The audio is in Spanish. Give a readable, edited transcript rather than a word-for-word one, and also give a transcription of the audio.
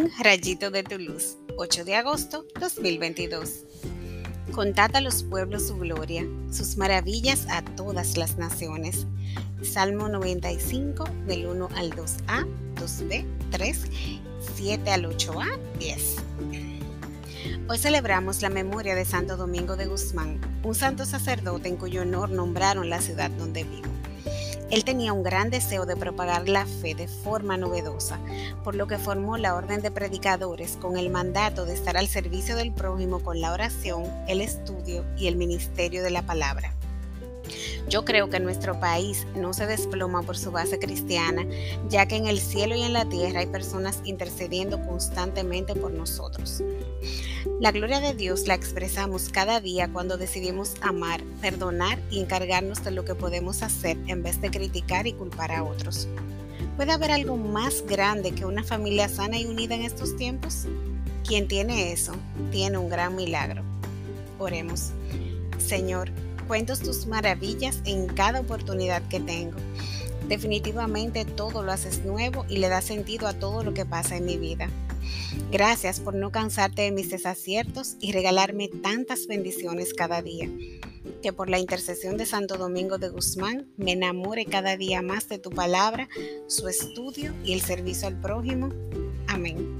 Un rayito de tu luz, 8 de agosto 2022. Contad a los pueblos su gloria, sus maravillas a todas las naciones. Salmo 95, del 1 al 2a, 2b, 3, 7 al 8a, 10. Hoy celebramos la memoria de Santo Domingo de Guzmán, un santo sacerdote en cuyo honor nombraron la ciudad donde vivo. Él tenía un gran deseo de propagar la fe de forma novedosa, por lo que formó la Orden de Predicadores con el mandato de estar al servicio del prójimo con la oración, el estudio y el ministerio de la palabra. Yo creo que nuestro país no se desploma por su base cristiana, ya que en el cielo y en la tierra hay personas intercediendo constantemente por nosotros. La gloria de Dios la expresamos cada día cuando decidimos amar, perdonar y encargarnos de lo que podemos hacer en vez de criticar y culpar a otros. ¿Puede haber algo más grande que una familia sana y unida en estos tiempos? Quien tiene eso, tiene un gran milagro. Oremos. Señor, cuento tus maravillas en cada oportunidad que tengo. Definitivamente todo lo haces nuevo y le das sentido a todo lo que pasa en mi vida. Gracias por no cansarte de mis desaciertos y regalarme tantas bendiciones cada día. Que por la intercesión de Santo Domingo de Guzmán me enamore cada día más de tu palabra, su estudio y el servicio al prójimo. Amén.